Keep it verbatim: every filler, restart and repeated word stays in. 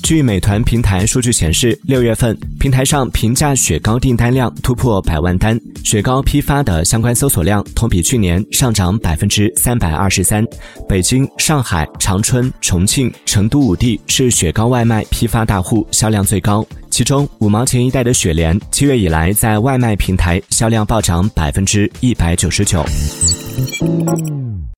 据美团平台数据显示，六月份平台上平价雪糕订单量突破百万单，雪糕批发的相关搜索量同比去年上涨百分之三百二十三。北京、上海、长春、重庆、成都五地是雪糕外卖批发大户，销量最高。其中五毛钱一袋的雪莲，七月以来在外卖平台销量暴涨百分之一百九十九。